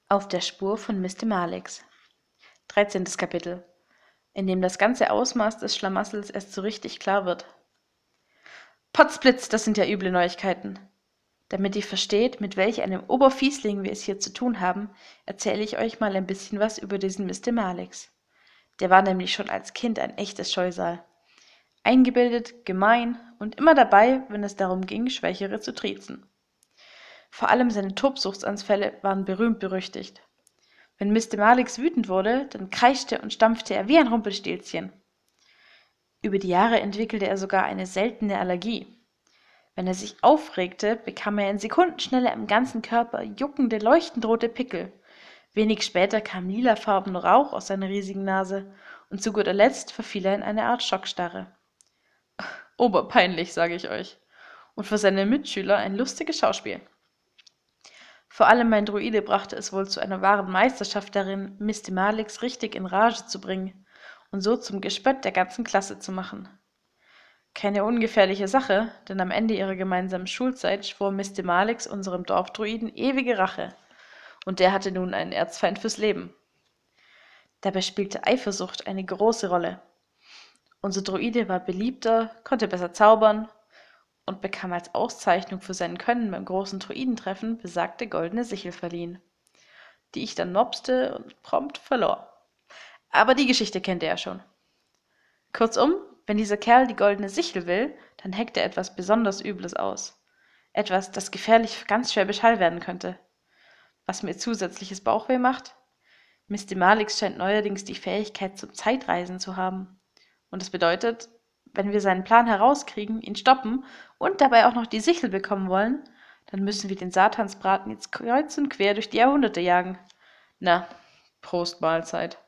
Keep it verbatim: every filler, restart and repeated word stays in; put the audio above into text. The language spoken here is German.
Auf der Spur von Mister Malex. dreizehntes Kapitel, in dem das ganze Ausmaß des Schlamassels erst so richtig klar wird. Potzblitz, das sind ja üble Neuigkeiten. Damit ihr versteht, mit welch einem Oberfiesling wir es hier zu tun haben, erzähle ich euch mal ein bisschen was über diesen Mister Malex. Der war nämlich schon als Kind ein echtes Scheusal. Eingebildet, gemein und immer dabei, wenn es darum ging, Schwächere zu triezen. Vor allem seine Tobsuchtsanfälle waren berühmt berüchtigt. Wenn Mister Malex wütend wurde, dann kreischte und stampfte er wie ein Rumpelstilzchen. Über die Jahre entwickelte er sogar eine seltene Allergie. Wenn er sich aufregte, bekam er in Sekundenschnelle am ganzen Körper juckende, leuchtend rote Pickel. Wenig später kam lilafarbener Rauch aus seiner riesigen Nase und zu guter Letzt verfiel er in eine Art Schockstarre. Oberpeinlich, sage ich euch. Und für seine Mitschüler ein lustiges Schauspiel. Vor allem mein Druide brachte es wohl zu einer wahren Meisterschaft darin, Mister Malex richtig in Rage zu bringen und so zum Gespött der ganzen Klasse zu machen. Keine ungefährliche Sache, denn am Ende ihrer gemeinsamen Schulzeit schwor Mister Malex unserem Dorfdruiden ewige Rache, und der hatte nun einen Erzfeind fürs Leben. Dabei spielte Eifersucht eine große Rolle. Unser Druide war beliebter, konnte besser zaubern und bekam als Auszeichnung für sein Können beim großen Druidentreffen besagte goldene Sichel verliehen, die ich dann mopste und prompt verlor. Aber die Geschichte kennt ihr ja schon. Kurzum, wenn dieser Kerl die goldene Sichel will, dann heckt er etwas besonders Übles aus. Etwas, das gefährlich für ganz Schwäbisch Hall werden könnte. Was mir zusätzliches Bauchweh macht? Mister Malex scheint neuerdings die Fähigkeit zum Zeitreisen zu haben. Und das bedeutet, wenn wir seinen Plan herauskriegen, ihn stoppen und dabei auch noch die Sichel bekommen wollen, dann müssen wir den Satansbraten jetzt kreuz und quer durch die Jahrhunderte jagen. Na, Prost Mahlzeit.